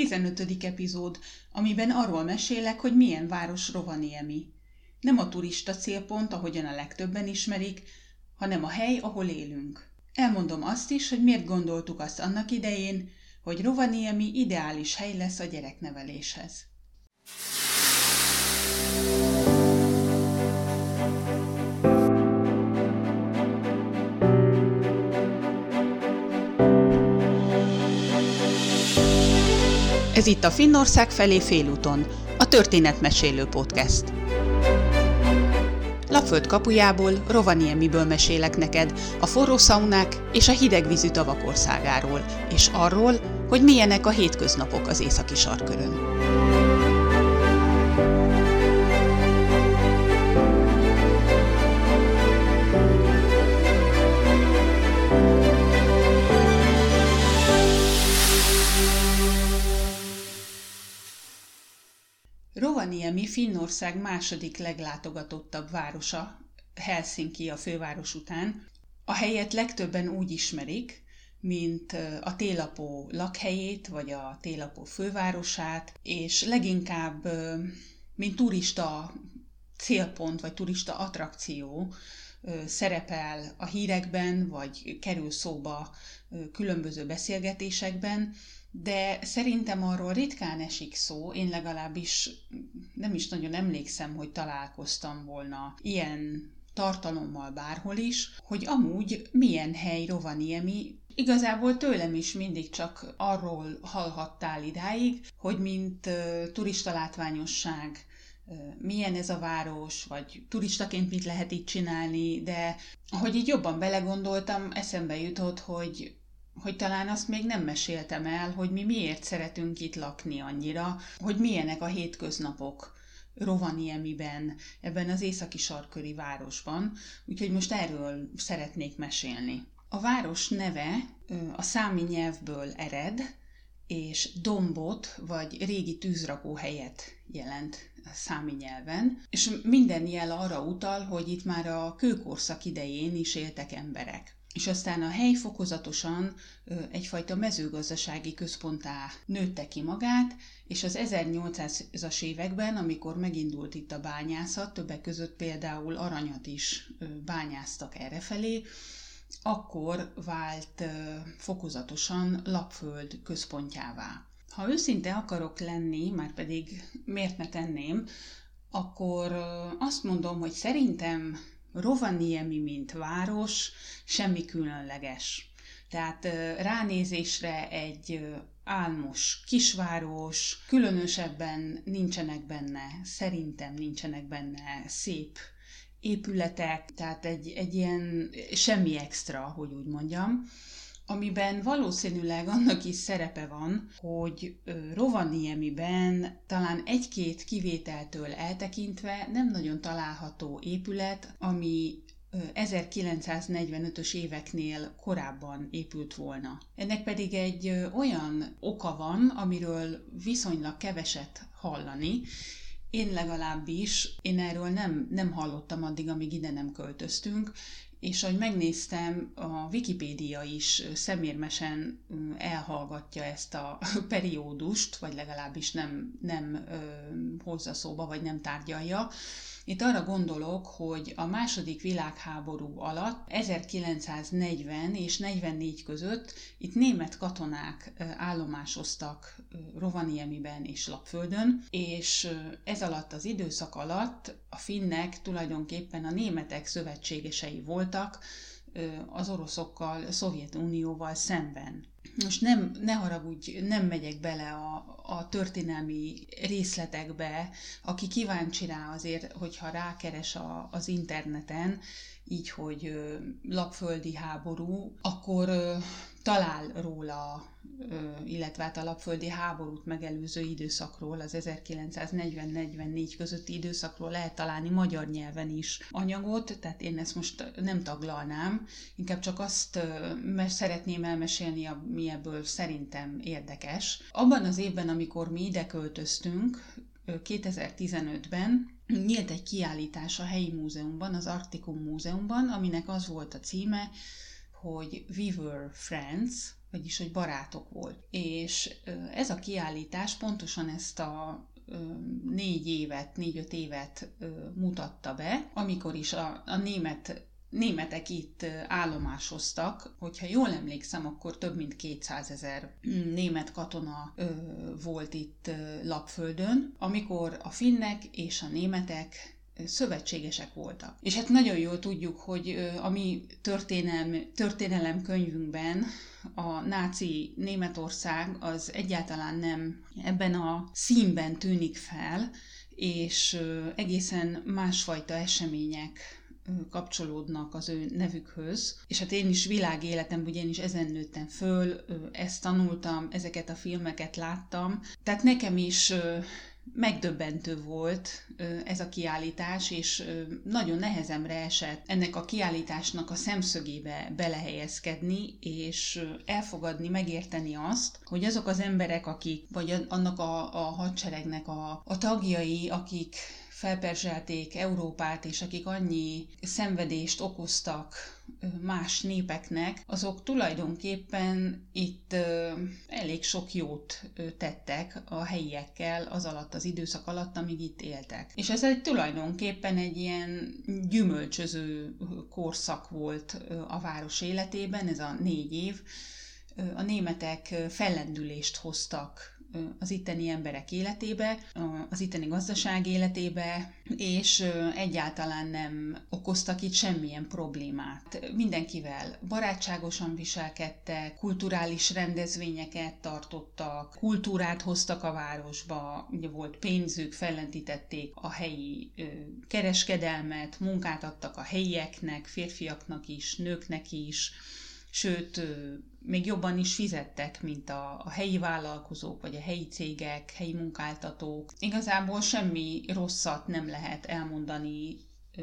15. epizód, amiben arról mesélek, hogy milyen város Rovaniemi. Nem a turista célpont, ahogyan a legtöbben ismerik, hanem a hely, ahol élünk. Elmondom azt is, hogy miért gondoltuk azt annak idején, hogy Rovaniemi ideális hely lesz a gyerekneveléshez. Ez itt a Finnország felé félúton, a Történetmesélő Podcast. Lapföld kapujából, Rovaniemiből mesélek neked a forró szaunák és a hidegvízű tavak országáról, és arról, hogy milyenek a hétköznapok az északi sarkkörön. Rovaniemi Finnország második leglátogatottabb városa, Helsinki a főváros után. A helyet legtöbben úgy ismerik, mint a télapó lakhelyét, vagy a télapó fővárosát, és leginkább, mint turista célpont, vagy turista attrakció szerepel a hírekben, vagy kerül szóba különböző beszélgetésekben, de szerintem arról ritkán esik szó, én legalábbis nem is nagyon emlékszem, hogy találkoztam volna ilyen tartalommal bárhol is, hogy amúgy milyen hely Rovaniemi. Igazából tőlem is mindig csak arról hallhattál idáig, hogy mint turista látványosság, milyen ez a város, vagy turistaként mit lehet itt csinálni, de ahogy így jobban belegondoltam, eszembe jutott, hogy talán azt még nem meséltem el, hogy mi miért szeretünk itt lakni annyira, hogy milyenek a hétköznapok Rovaniemiben, ebben az északi sarkköri városban, úgyhogy most erről szeretnék mesélni. A város neve a számi nyelvből ered, és dombot, vagy régi tűzrakóhelyet jelent a számi nyelven, és minden jel arra utal, hogy itt már a kőkorszak idején is éltek emberek. És aztán a hely fokozatosan egyfajta mezőgazdasági központtá nőtte ki magát, és az 1800-as években, amikor megindult itt a bányászat, többek között például aranyat is bányáztak errefelé, akkor vált fokozatosan Lapföld központjává. Ha őszinte akarok lenni, már pedig miért ne tenném, akkor azt mondom, hogy szerintem Rovaniemi, mint város, semmi különleges. Tehát ránézésre egy álmos kisváros, különösebben szerintem nincsenek benne szép épületek, tehát egy ilyen semmi extra, hogy úgy mondjam, amiben valószínűleg annak is szerepe van, hogy Rovaniemiben talán egy-két kivételtől eltekintve nem nagyon található épület, ami 1945-ös éveknél korábban épült volna. Ennek pedig egy olyan oka van, amiről viszonylag keveset hallani. Én erről nem hallottam addig, amíg ide nem költöztünk, és ahogy megnéztem, a Wikipédia is szemérmesen elhallgatja ezt a periódust, vagy legalábbis nem hozza szóba, vagy nem tárgyalja. Itt arra gondolok, hogy a második világháború alatt 1940 és 44 között itt német katonák állomásoztak Rovaniemiben és Lapföldön, és ez alatt az időszak alatt a finnek tulajdonképpen a németek szövetségesei voltak az oroszokkal, a Szovjetunióval szemben. Most ne haragudj, nem megyek bele a történelmi részletekbe, aki kíváncsi rá azért, hogyha rákeres az interneten, így, hogy lapföldi háború, akkor talál róla, illetve hát a lapföldi háborút megelőző időszakról, az 1940-44 közötti időszakról lehet találni magyar nyelven is anyagot, tehát én ezt most nem taglalnám, inkább csak azt szeretném elmesélni, ami ebből szerintem érdekes. Abban az évben, amikor mi ide költöztünk, 2015-ben nyílt egy kiállítás a helyi múzeumban, az Arcticum Múzeumban, aminek az volt a címe, hogy We Were Friends, vagyis hogy barátok volt. És ez a kiállítás pontosan ezt a 4-5 évet mutatta be, amikor is a németek itt állomásoztak, hogyha jól emlékszem, akkor több mint 200 000 német katona volt itt Lapföldön, amikor a finnek és a németek szövetségesek voltak. És hát nagyon jól tudjuk, hogy a mi történelem könyvünkben a náci Németország az egyáltalán nem ebben a színben tűnik fel, és egészen másfajta események kapcsolódnak az ő nevükhöz. És hát én is világéletemben, ugye én is ezen nőttem föl, ezt tanultam, ezeket a filmeket láttam. Tehát nekem is megdöbbentő volt ez a kiállítás, és nagyon nehezemre esett ennek a kiállításnak a szemszögébe belehelyezkedni, és elfogadni, megérteni azt, hogy azok az emberek, akik, vagy annak a hadseregnek a tagjai, akik felperzselték Európát, és akik annyi szenvedést okoztak más népeknek, azok tulajdonképpen itt elég sok jót tettek a helyiekkel az alatt, az időszak alatt, amíg itt éltek. És ez tulajdonképpen egy ilyen gyümölcsöző korszak volt a város életében, ez a 4 év. A németek fellendülést hoztak az itteni emberek életébe, az itteni gazdaság életébe, és egyáltalán nem okoztak itt semmilyen problémát. Mindenkivel barátságosan viselkedtek, kulturális rendezvényeket tartottak, kultúrát hoztak a városba, ugye volt pénzük, fellendítették a helyi kereskedelmet, munkát adtak a helyieknek, férfiaknak is, nőknek is, sőt, még jobban is fizettek, mint a helyi vállalkozók, vagy a helyi cégek, helyi munkáltatók. Igazából semmi rosszat nem lehet elmondani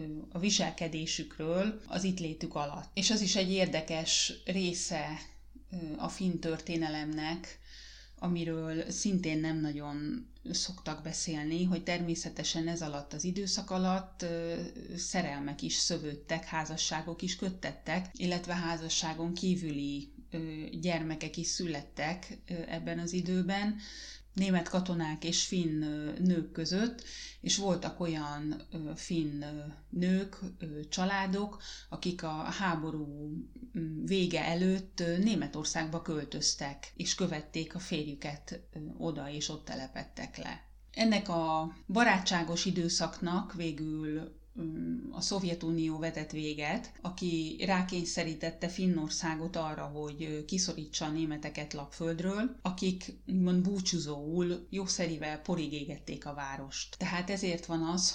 a viselkedésükről az itt létük alatt. És az is egy érdekes része a finn történelemnek, amiről szintén nem nagyon szoktak beszélni, hogy természetesen ez alatt az időszak alatt szerelmek is szövődtek, házasságok is köttettek, illetve házasságon kívüli gyermekek is születtek ebben az időben, német katonák és finn nők között, és voltak olyan finn nők, családok, akik a háború vége előtt Németországba költöztek, és követték a férjüket oda, és ott telepedtek le. Ennek a barátságos időszaknak végül a Szovjetunió vetett véget, aki rákényszerítette Finnországot arra, hogy kiszorítsa a németeket Lapföldről, akik úgymond búcsúzóul jószerivel porig égették a várost. Tehát ezért van az,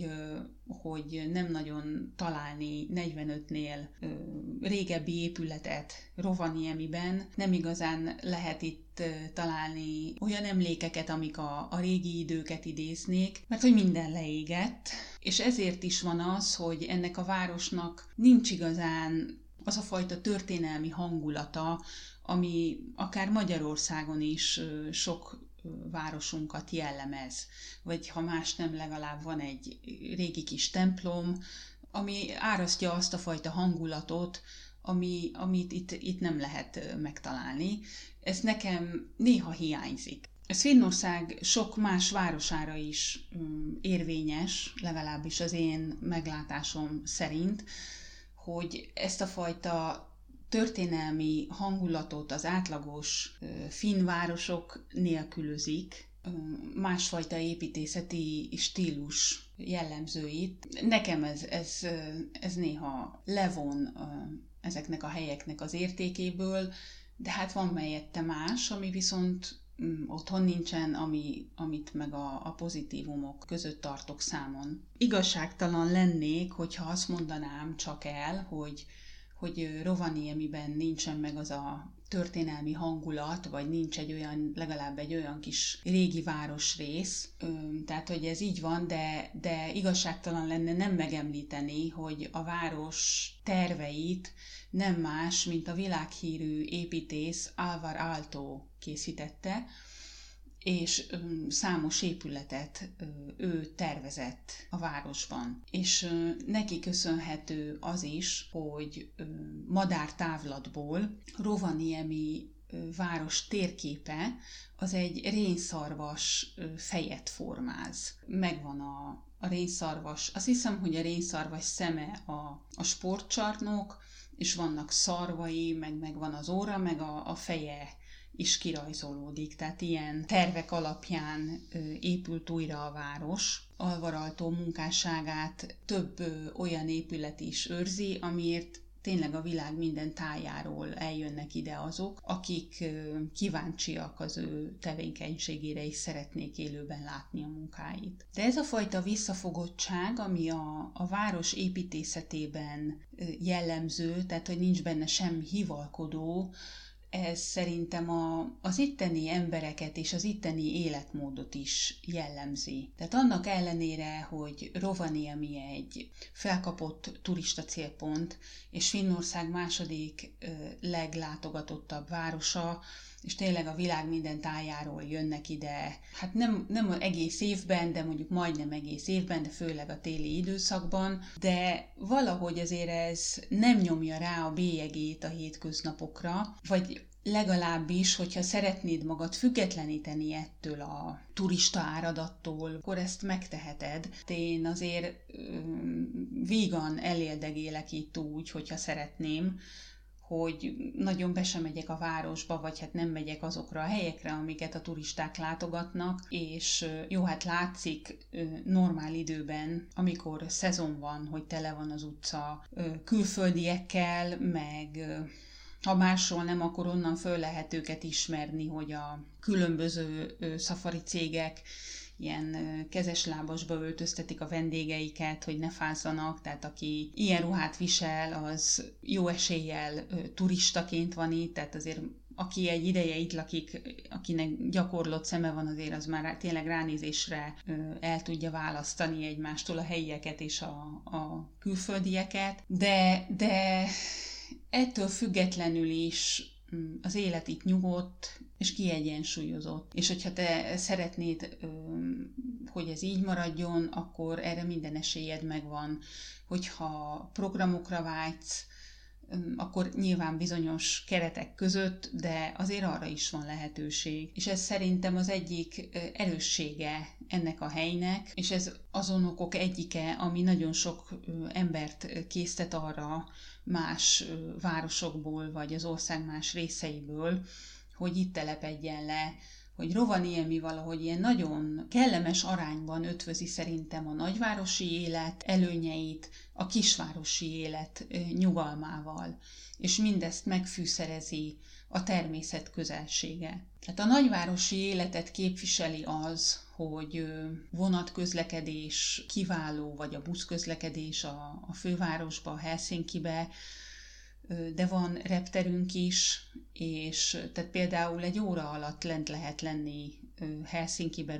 hogy nem nagyon találni 45-nél régebbi épületet Rovaniemiben, nem igazán lehet itt találni olyan emlékeket, amik a régi időket idéznék, mert hogy minden leégett, és ezért is van az, hogy ennek a városnak nincs igazán az a fajta történelmi hangulata, ami akár Magyarországon is sok városunkat jellemez. Vagy ha más nem, legalább van egy régi kis templom, ami árasztja azt a fajta hangulatot, amit itt nem lehet megtalálni. Ez nekem néha hiányzik. Ez Finnország sok más városára is érvényes, legalábbis az én meglátásom szerint, hogy ezt a fajta történelmi hangulatot az átlagos finn városok nélkülözik, másfajta építészeti stílus jellemzőit. Nekem ez néha levon ezeknek a helyeknek az értékéből, de hát van mellette más, ami viszont otthon nincsen, amit meg a pozitívumok között tartok számon. Igazságtalan lennék, hogyha azt mondanám csak el, hogy Rovaniemiben nincsen meg az a történelmi hangulat, vagy nincs legalább egy olyan kis régi városrész. Tehát, hogy ez így van, de igazságtalan lenne nem megemlíteni, hogy a város terveit nem más, mint a világhírű építész Alvar Aalto készítette, és számos épületet ő tervezett a városban. És neki köszönhető az is, hogy madártávlatból Rovaniemi város térképe, az egy rénszarvas fejet formáz. Megvan a rénszarvas, azt hiszem, hogy a rénszarvas szeme a sportcsarnok, és vannak szarvai, meg megvan az óra, meg a feje is kirajzolódik. Tehát ilyen tervek alapján épült újra a város. Alvaraltó munkásságát több olyan épület is őrzi, amiért tényleg a világ minden tájáról eljönnek ide azok, akik kíváncsiak az ő tevékenységére, és szeretnék élőben látni a munkáit. De ez a fajta visszafogottság, ami a város építészetében jellemző, tehát hogy nincs benne semmi hivalkodó, ez szerintem az itteni embereket és az itteni életmódot is jellemzi. Tehát annak ellenére, hogy Rovaniemi egy felkapott turista célpont, és Finnország második leglátogatottabb városa, és tényleg a világ minden tájáról jönnek ide, hát nem egész évben, de mondjuk majdnem egész évben, de főleg a téli időszakban, de valahogy azért ez nem nyomja rá a bélyegét a hétköznapokra, vagy legalábbis, hogyha szeretnéd magad függetleníteni ettől a turista áradattól, akkor ezt megteheted. Én azért vígan eléldegélek itt úgy, hogyha szeretném, hogy nagyon be sem megyek a városba, vagy hát nem megyek azokra a helyekre, amiket a turisták látogatnak, és jó, hát látszik normál időben, amikor szezon van, hogy tele van az utca külföldiekkel, meg ha másról nem, akkor onnan föl lehet őket ismerni, hogy a különböző szafari cégek ilyen kezeslábasba öltöztetik a vendégeiket, hogy ne fázzanak, tehát aki ilyen ruhát visel, az jó eséllyel turistaként van itt, tehát azért aki egy ideje itt lakik, akinek gyakorlott szeme van, azért az már tényleg ránézésre el tudja választani egymástól a helyieket és a külföldieket, de ettől függetlenül is az élet itt nyugodt és kiegyensúlyozott. És hogyha te szeretnéd, hogy ez így maradjon, akkor erre minden esélyed megvan. Hogyha programokra vágysz, akkor nyilván bizonyos keretek között, de azért arra is van lehetőség. És ez szerintem az egyik erőssége ennek a helynek, és ez azon okok egyike, ami nagyon sok embert késztet arra más városokból, vagy az ország más részeiből, hogy itt telepedjen le, hogy Rovaniemi valahogy ilyen nagyon kellemes arányban ötvözi szerintem a nagyvárosi élet előnyeit a kisvárosi élet nyugalmával, és mindezt megfűszerezi a természet közelsége. Tehát a nagyvárosi életet képviseli az, hogy vonatközlekedés kiváló, vagy a buszközlekedés a fővárosba, a Helsinkibe, de van repterünk is, és tehát például egy óra alatt lent lehet lenni Helsinkibe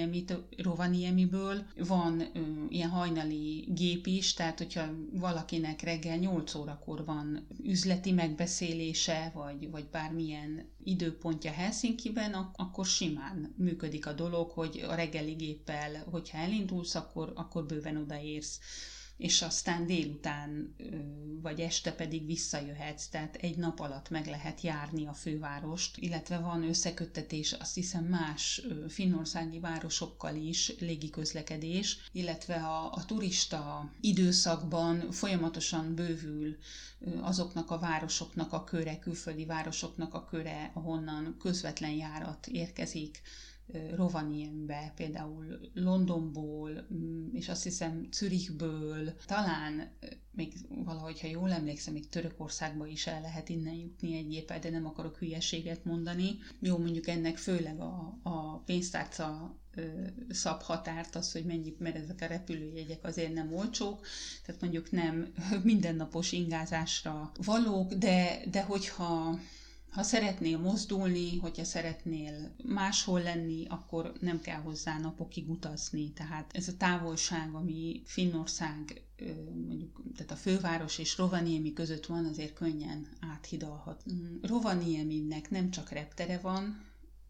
Rovaniemiből. Van ilyen hajnali gép is, tehát hogyha valakinek reggel 8 órakor van üzleti megbeszélése, vagy bármilyen időpontja Helsinkiben, akkor simán működik a dolog, hogy a reggeli géppel, hogyha elindulsz, akkor bőven odaérsz, és aztán délután vagy este pedig visszajöhetsz, tehát egy nap alatt meg lehet járni a fővárost, illetve van összeköttetés, azt hiszem más finnországi városokkal is, légiközlekedés, illetve a turista időszakban folyamatosan bővül azoknak a városoknak a köre, külföldi városoknak a köre, ahonnan közvetlen járat érkezik Rovaniemibe, például Londonból, és azt hiszem Zürichből, talán még valahogy, ha jól emlékszem, még Törökországba is el lehet innen jutni egy géppel, de nem akarok hülyeséget mondani. Jó, mondjuk ennek főleg a pénztárca szab határt, az, hogy mennyi, mert ezek a repülőjegyek azért nem olcsók, tehát mondjuk nem mindennapos ingázásra valók, de hogyha szeretnél mozdulni, hogyha szeretnél máshol lenni, akkor nem kell hozzá napokig utazni. Tehát ez a távolság, ami Finnország, mondjuk, tehát a főváros és Rovaniemi között van, azért könnyen áthidalhat. Rovanieminek nem csak reptere van,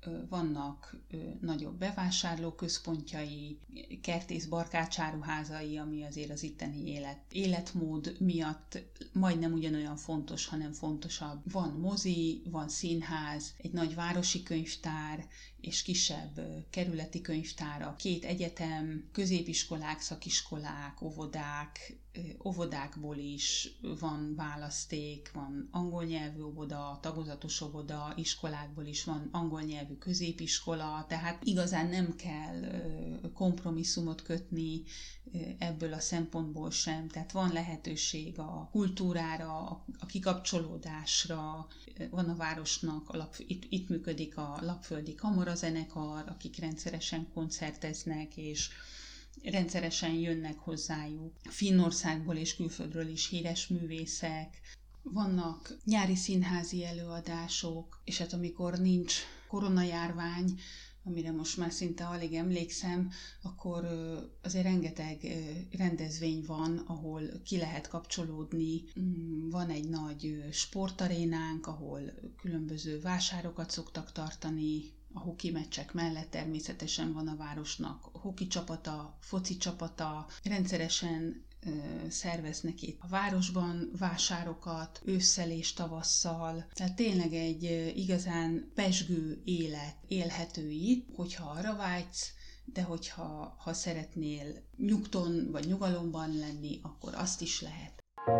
vannak nagyobb bevásárlóközpontjai, kertész barkácsáruházai, ami azért az itteni életmód miatt majdnem ugyanolyan fontos, hanem fontosabb. Van mozi, van színház, egy nagy városi könyvtár, és kisebb kerületi könyvtárak, 2 egyetem, középiskolák, szakiskolák, óvodákból is van választék, van angol nyelvű óvoda, tagozatos óvoda, iskolákból is van angol nyelvű középiskola, tehát igazán nem kell kompromisszumot kötni ebből a szempontból sem, tehát van lehetőség a kultúrára, a kikapcsolódásra, van a városnak, itt működik a Lapföldi Kamarazenekar, akik rendszeresen koncerteznek, és rendszeresen jönnek hozzájuk Finnországból és külföldről is híres művészek, vannak nyári színházi előadások, és hát amikor nincs koronajárvány, amire most már szinte alig emlékszem, akkor azért rengeteg rendezvény van, ahol ki lehet kapcsolódni. Van egy nagy sportarénánk, ahol különböző vásárokat szoktak tartani, a hoki meccsek mellett természetesen van a városnak hoki csapata, foci csapata, rendszeresen szerveznek itt a városban vásárokat, ősszel és tavasszal. Tehát tényleg egy igazán pezsgő élet élhető itt, hogyha arra vágysz, de hogyha szeretnél nyugton vagy nyugalomban lenni, akkor azt is lehet.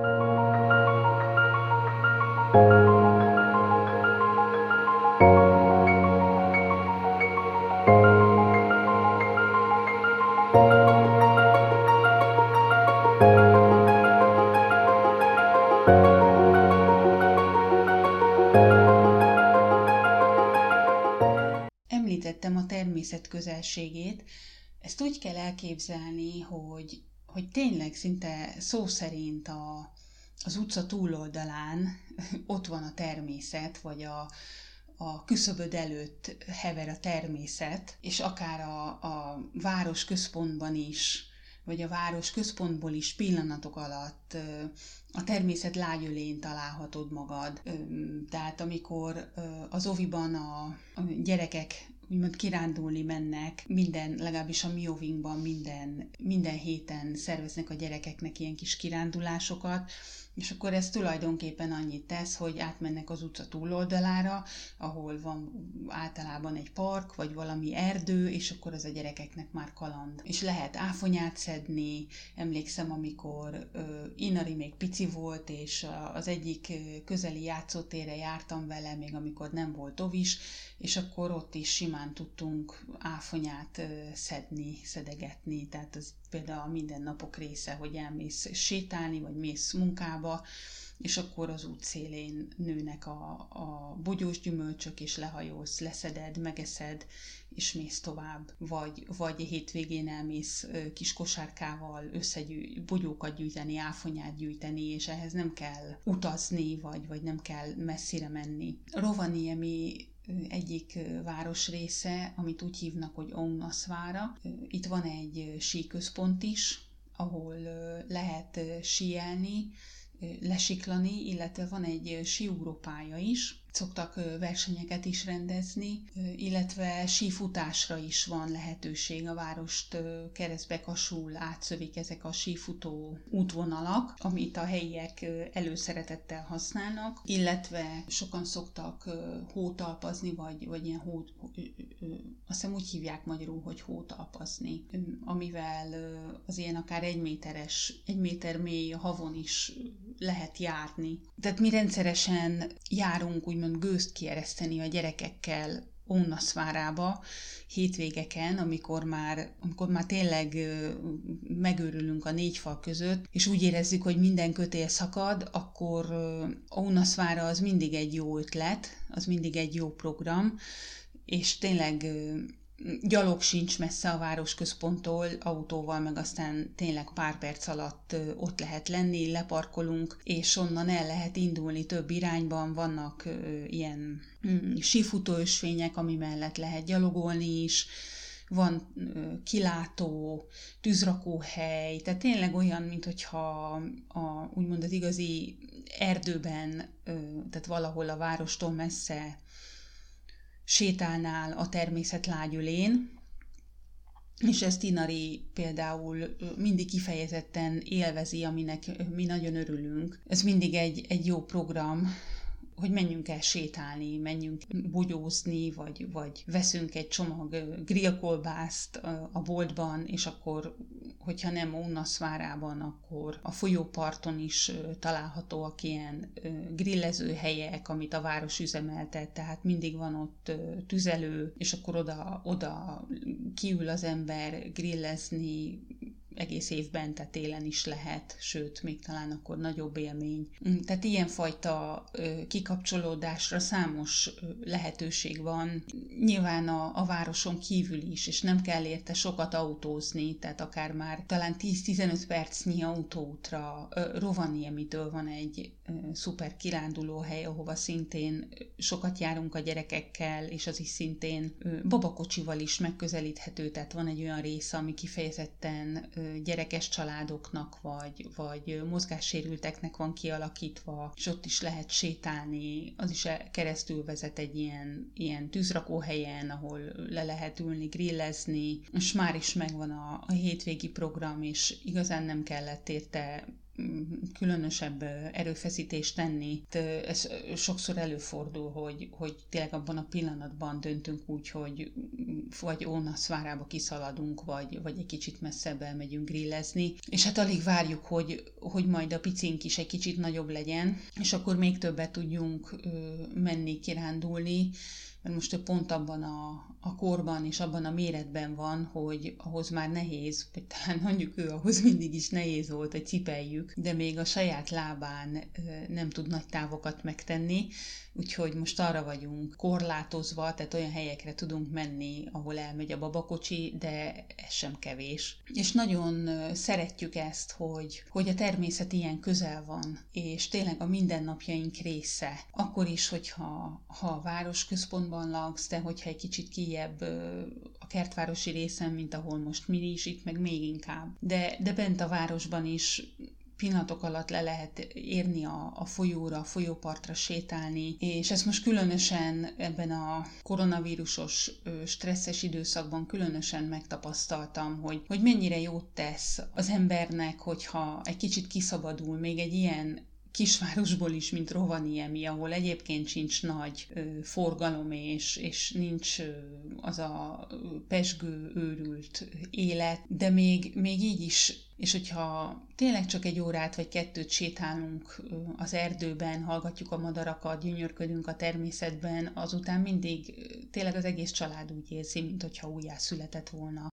Említettem a természet közelségét. Ezt úgy kell elképzelni, hogy tényleg szinte szó szerint az utca túloldalán ott van a természet, vagy a küszöböd előtt hever a természet, és akár a város központban is, vagy a város központból is pillanatok alatt a természet lágyölén találhatod magad. Tehát amikor az oviban a gyerekek úgymond kirándulni mennek, legalábbis a mi ovinkban minden héten szerveznek a gyerekeknek ilyen kis kirándulásokat, és akkor ez tulajdonképpen annyit tesz, hogy átmennek az utca túloldalára, ahol van általában egy park, vagy valami erdő, és akkor az a gyerekeknek már kaland. És lehet áfonyát szedni. Emlékszem, amikor Inari még pici volt, és az egyik közeli játszótérre jártam vele, még amikor nem volt ovis, és akkor ott is simán tudtunk áfonyát szedegetni, tehát az például a mindennapok része, hogy elmész sétálni, vagy mész munkába, és akkor az útszélén nőnek a bogyós gyümölcsök, és lehajolsz, leszeded, megeszed, és mész tovább. Vagy hétvégén elmész kis kosárkával bogyókat gyűjteni, áfonyát gyűjteni, és ehhez nem kell utazni, vagy nem kell messzire menni. Rovaniemi egyik városrésze, amit úgy hívnak, hogy Ounasvára. Itt van egy síközpont is, ahol lehet síelni, lesiklani, illetve van egy síugrópálya is. Szoktak versenyeket is rendezni, illetve sífutásra is van lehetőség. A várost keresztbe-kasul átszövik ezek a sífutó útvonalak, amit a helyiek előszeretettel használnak, illetve sokan szoktak hótalpazni, vagy ilyen azt hiszem úgy hívják magyarul, hogy hótalpazni, amivel az ilyen akár 1 méter mély havon is lehet járni. Tehát mi rendszeresen járunk úgymond gőzt kiereszteni a gyerekekkel Ounasvárába hétvégeken, amikor már tényleg megőrülünk a 4 fal között, és úgy érezzük, hogy minden kötél szakad, akkor Ounasvára az mindig egy jó ötlet, az mindig egy jó program, és tényleg gyalog sincs messze a városközponttól, autóval meg aztán tényleg pár perc alatt ott lehet lenni, leparkolunk, és onnan el lehet indulni több irányban. Vannak ilyen sífutóösvények, ami mellett lehet gyalogolni is, van kilátó, tűzrakóhely, tehát tényleg olyan, minthogyha úgymond az igazi erdőben, tehát valahol a várostól messze sétálnál a természet lágyölén, és ezt Inari például mindig kifejezetten élvezi, aminek mi nagyon örülünk. Ez mindig egy jó program, hogy menjünk el sétálni, menjünk bugyózni, vagy veszünk egy csomag grillkolbászt a boltban, és akkor, hogyha nem Ónaszvárában, akkor a folyóparton is találhatóak ilyen grillező helyek, amit a város üzemeltet, tehát mindig van ott tüzelő, és akkor oda kiül az ember grillezni, egész évben, tehát télen is lehet, sőt, még talán akkor nagyobb élmény. Tehát ilyenfajta kikapcsolódásra számos lehetőség van. Nyilván a városon kívül is, és nem kell érte sokat autózni, tehát akár már talán 10-15 percnyi autóútra Rovaniemitől van egy szuper kirándulóhely, ahova szintén sokat járunk a gyerekekkel, és az is szintén babakocsival is megközelíthető, tehát van egy olyan része, ami kifejezetten gyerekes családoknak, vagy mozgássérülteknek van kialakítva, és ott is lehet sétálni, az is keresztül vezet egy ilyen tűzrakóhelyen, ahol le lehet ülni, grillezni, és már is megvan a hétvégi program, és igazán nem kellett érte különösebb erőfeszítést tenni. Ez sokszor előfordul, hogy tényleg abban a pillanatban döntünk úgy, hogy vagy Ónaszvárába kiszaladunk, vagy egy kicsit messzebb elmegyünk grillezni, és hát alig várjuk, hogy majd a picink is egy kicsit nagyobb legyen, és akkor még többet tudjunk menni, kirándulni, mert most ő pont abban a korban és abban a méretben van, hogy ahhoz már nehéz, vagy talán mondjuk ő ahhoz mindig is nehéz volt, hogy cipeljük, de még a saját lábán nem tud nagy távokat megtenni, úgyhogy most arra vagyunk korlátozva, tehát olyan helyekre tudunk menni, ahol elmegy a babakocsi, de ez sem kevés. És nagyon szeretjük ezt, hogy a természet ilyen közel van, és tényleg a mindennapjaink része. Akkor is, hogyha a városközpontban laksz, de hogyha egy kicsit kijebb a kertvárosi részen, mint ahol most mi is, itt meg még inkább. De bent a városban is pillanatok alatt le lehet érni a folyóra, a folyópartra sétálni, és ezt most különösen ebben a koronavírusos stresszes időszakban különösen megtapasztaltam, hogy mennyire jót tesz az embernek, hogyha egy kicsit kiszabadul még egy ilyen kisvárosból is, mint Rovaniemi, ahol egyébként sincs nagy forgalom, és nincs az a pezsgő, őrült élet, de még így is, és hogyha tényleg csak egy órát vagy kettőt sétálunk az erdőben, hallgatjuk a madarakat, gyönyörködünk a természetben, azután mindig tényleg az egész család úgy érzi, mint hogyha újjászületett volna.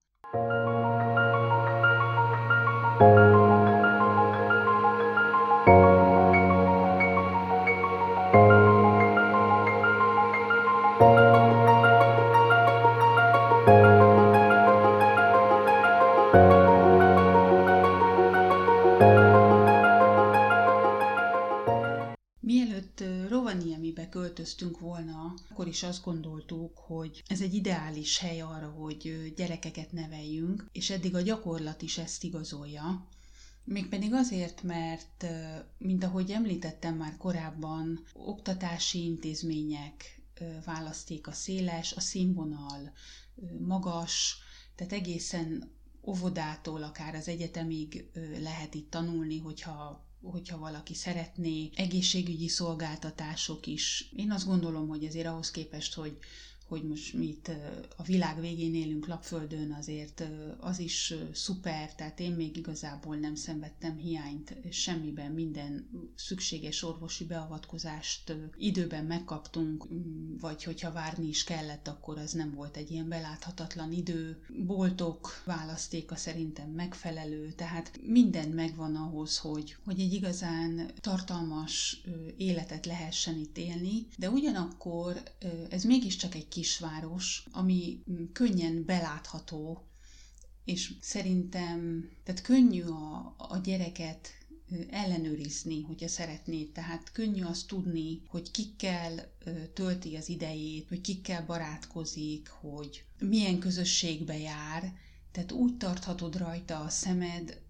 Mielőtt Rovaniemibe költöztünk volna, akkor is azt gondoltuk, hogy ez egy ideális hely arra, hogy gyerekeket neveljünk, és eddig a gyakorlat is ezt igazolja. Mégpedig azért, mert, mint ahogy említettem már korábban, oktatási intézmények választéka széles, a színvonal magas, tehát egészen óvodától akár az egyetemig lehet itt tanulni, hogyha valaki szeretné, egészségügyi szolgáltatások is. Én azt gondolom, hogy azért ahhoz képest, hogy most mi itt a világ végén élünk Lapföldön, azért az is szuper, tehát én még igazából nem szenvedtem hiányt semmiben, minden szükséges orvosi beavatkozást időben megkaptunk, vagy hogyha várni is kellett, akkor az nem volt egy ilyen beláthatatlan idő. Boltok választéka szerintem megfelelő, tehát minden megvan ahhoz, hogy egy igazán tartalmas életet lehessen itt élni, de ugyanakkor ez mégiscsak egy kisváros, ami könnyen belátható, és szerintem tehát könnyű a gyereket ellenőrizni, hogyha szeretnéd. Tehát könnyű azt tudni, hogy kikkel tölti az idejét, hogy kikkel barátkozik, hogy milyen közösségbe jár. Tehát úgy tarthatod rajta a szemed,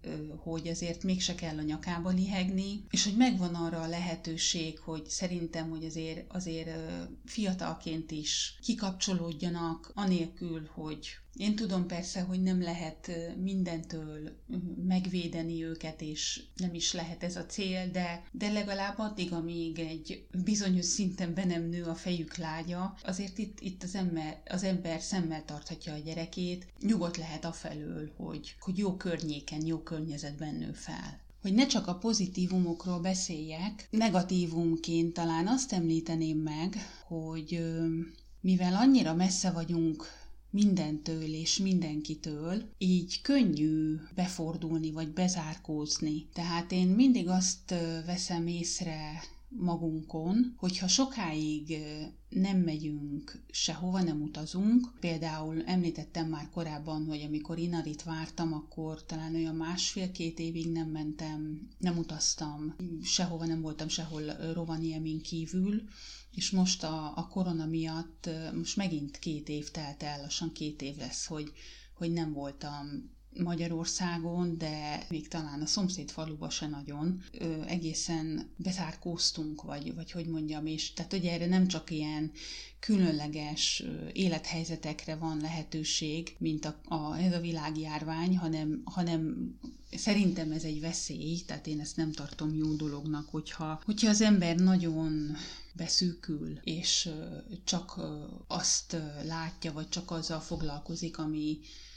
hogy azért mégse kell a nyakába lihegni, és hogy megvan arra a lehetőség, hogy szerintem, hogy azért fiatalként is kikapcsolódjanak, anélkül, hogy én tudom persze, hogy nem lehet mindentől megvédeni őket, és nem is lehet ez a cél, de legalább addig, amíg egy bizonyos szinten be nem nő a fejük lágya, azért itt az ember szemmel tarthatja a gyerekét, nyugodt lehet afelől, hogy jó környéken, jó környezetben nő fel. Hogy ne csak a pozitívumokról beszéljek, negatívumként talán azt említeném meg, hogy mivel annyira messze vagyunk mindentől és mindenkitől, így könnyű befordulni vagy bezárkózni. Tehát én mindig azt veszem észre magunkon, hogyha sokáig nem megyünk sehova, nem utazunk. Például említettem már korábban, hogy amikor Inarit vártam, akkor talán olyan 1,5-2 évig nem mentem, nem utaztam, sehova nem voltam sehol Rovaniemin kívül, és most a korona miatt most megint 2 év telt el, lassan 2 év lesz, hogy nem voltam Magyarországon, de még talán a szomszéd faluba se nagyon. Egészen bezárkóztunk, vagy hogy mondjam, és tehát ugye erre nem csak ilyen különleges élethelyzetekre van lehetőség, mint ez a világjárvány, hanem szerintem ez egy veszély, tehát én ezt nem tartom jó dolognak, hogyha az ember nagyon beszűkül, és csak azt látja, vagy csak azzal foglalkozik, ami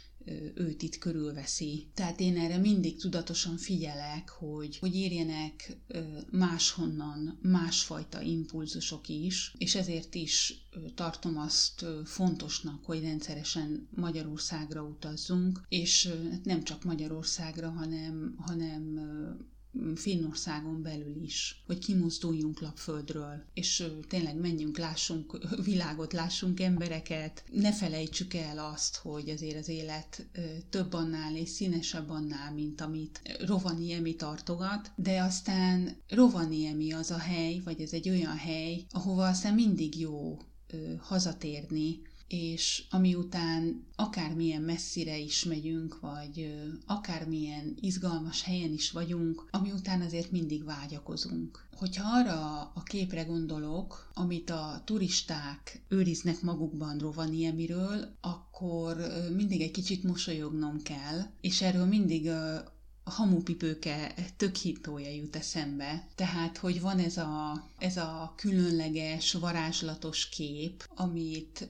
őt itt körülveszi. Tehát én erre mindig tudatosan figyelek, hogy érjenek máshonnan másfajta impulzusok is, és ezért is tartom azt fontosnak, hogy rendszeresen Magyarországra utazzunk, és nem csak Magyarországra, hanem Finnországon belül is, hogy kimozduljunk lapföldről, és tényleg menjünk, lássunk világot, lássunk embereket, ne felejtsük el azt, hogy azért az élet több annál és színesebb annál, mint amit Rovaniemi tartogat, de aztán Rovaniemi az a hely, vagy ez egy olyan hely, ahova aztán mindig jó hazatérni, és ami után akármilyen messzire is megyünk, vagy akármilyen izgalmas helyen is vagyunk, ami után azért mindig vágyakozunk. Hogyha arra a képre gondolok, amit a turisták őriznek magukban Rovaniemiről, akkor mindig egy kicsit mosolyognom kell, és erről mindig a hamupipőke tökhitója jut eszembe. Tehát, hogy van ez a különleges, varázslatos kép, amit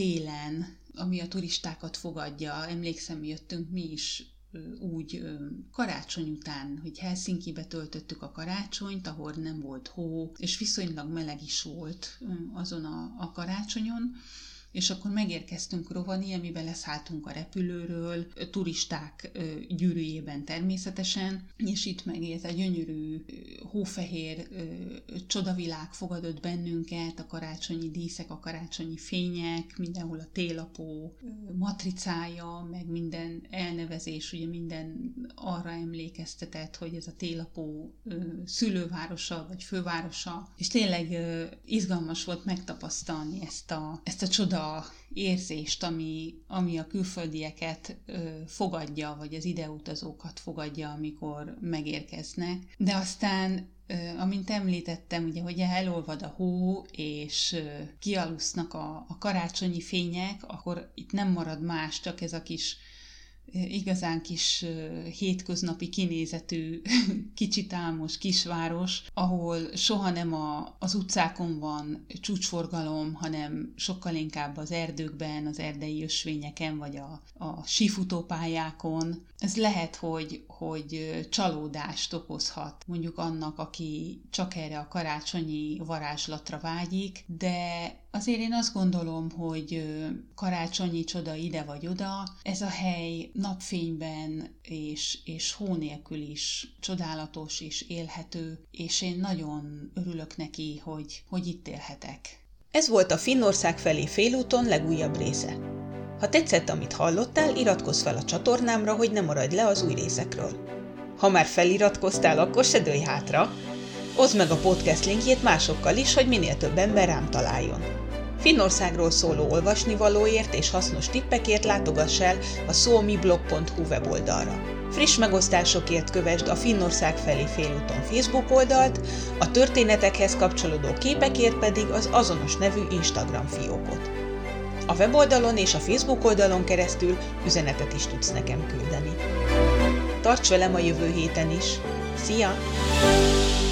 télen, ami a turistákat fogadja. Emlékszem, jöttünk mi is úgy karácsony után, hogy Helsinkibe töltöttük a karácsonyt, ahol nem volt hó, és viszonylag meleg is volt azon a karácsonyon, és akkor megérkeztünk Rovaniemibe, leszálltunk a repülőről, turisták gyűrűjében természetesen, és itt meg ez a gyönyörű, hófehér csodavilág fogadott bennünket, a karácsonyi díszek, a karácsonyi fények, mindenhol a télapó matricája, meg minden elnevezés, ugye minden arra emlékeztetett, hogy ez a télapó szülővárosa, vagy fővárosa, és tényleg izgalmas volt megtapasztalni ezt a csoda érzést, ami a külföldieket fogadja, vagy az ideutazókat fogadja, amikor megérkeznek. De aztán, amint említettem, ugye, hogy elolvad a hó, és kialusznak a karácsonyi fények, akkor itt nem marad más, csak ez a igazán kis hétköznapi kinézetű, kicsit álmos kisváros, ahol soha nem az utcákon van csúcsforgalom, hanem sokkal inkább az erdőkben, az erdei ösvényeken, vagy a sífutópályákon. Ez lehet, hogy csalódást okozhat mondjuk annak, aki csak erre a karácsonyi varázslatra vágyik, de azért én azt gondolom, hogy karácsonyi csoda ide vagy oda, ez a hely napfényben és hó nélkül is csodálatos és élhető, és én nagyon örülök neki, hogy itt élhetek. Ez volt a Finnország felé félúton legújabb része. Ha tetszett, amit hallottál, iratkozz fel a csatornámra, hogy ne maradj le az új részekről. Ha már feliratkoztál, akkor se dőlj hátra! Oszd meg a podcast linkjét másokkal is, hogy minél több ember rám találjon. Finnországról szóló olvasnivalóért és hasznos tippekért látogass el a suomiblog.hu weboldalra. Friss megosztásokért kövesd a Finnország felé félúton Facebook oldalt, a történetekhez kapcsolódó képekért pedig az azonos nevű Instagram fiókot. A weboldalon és a Facebook oldalon keresztül üzenetet is tudsz nekem küldeni. Tarts velem a jövő héten is! Szia!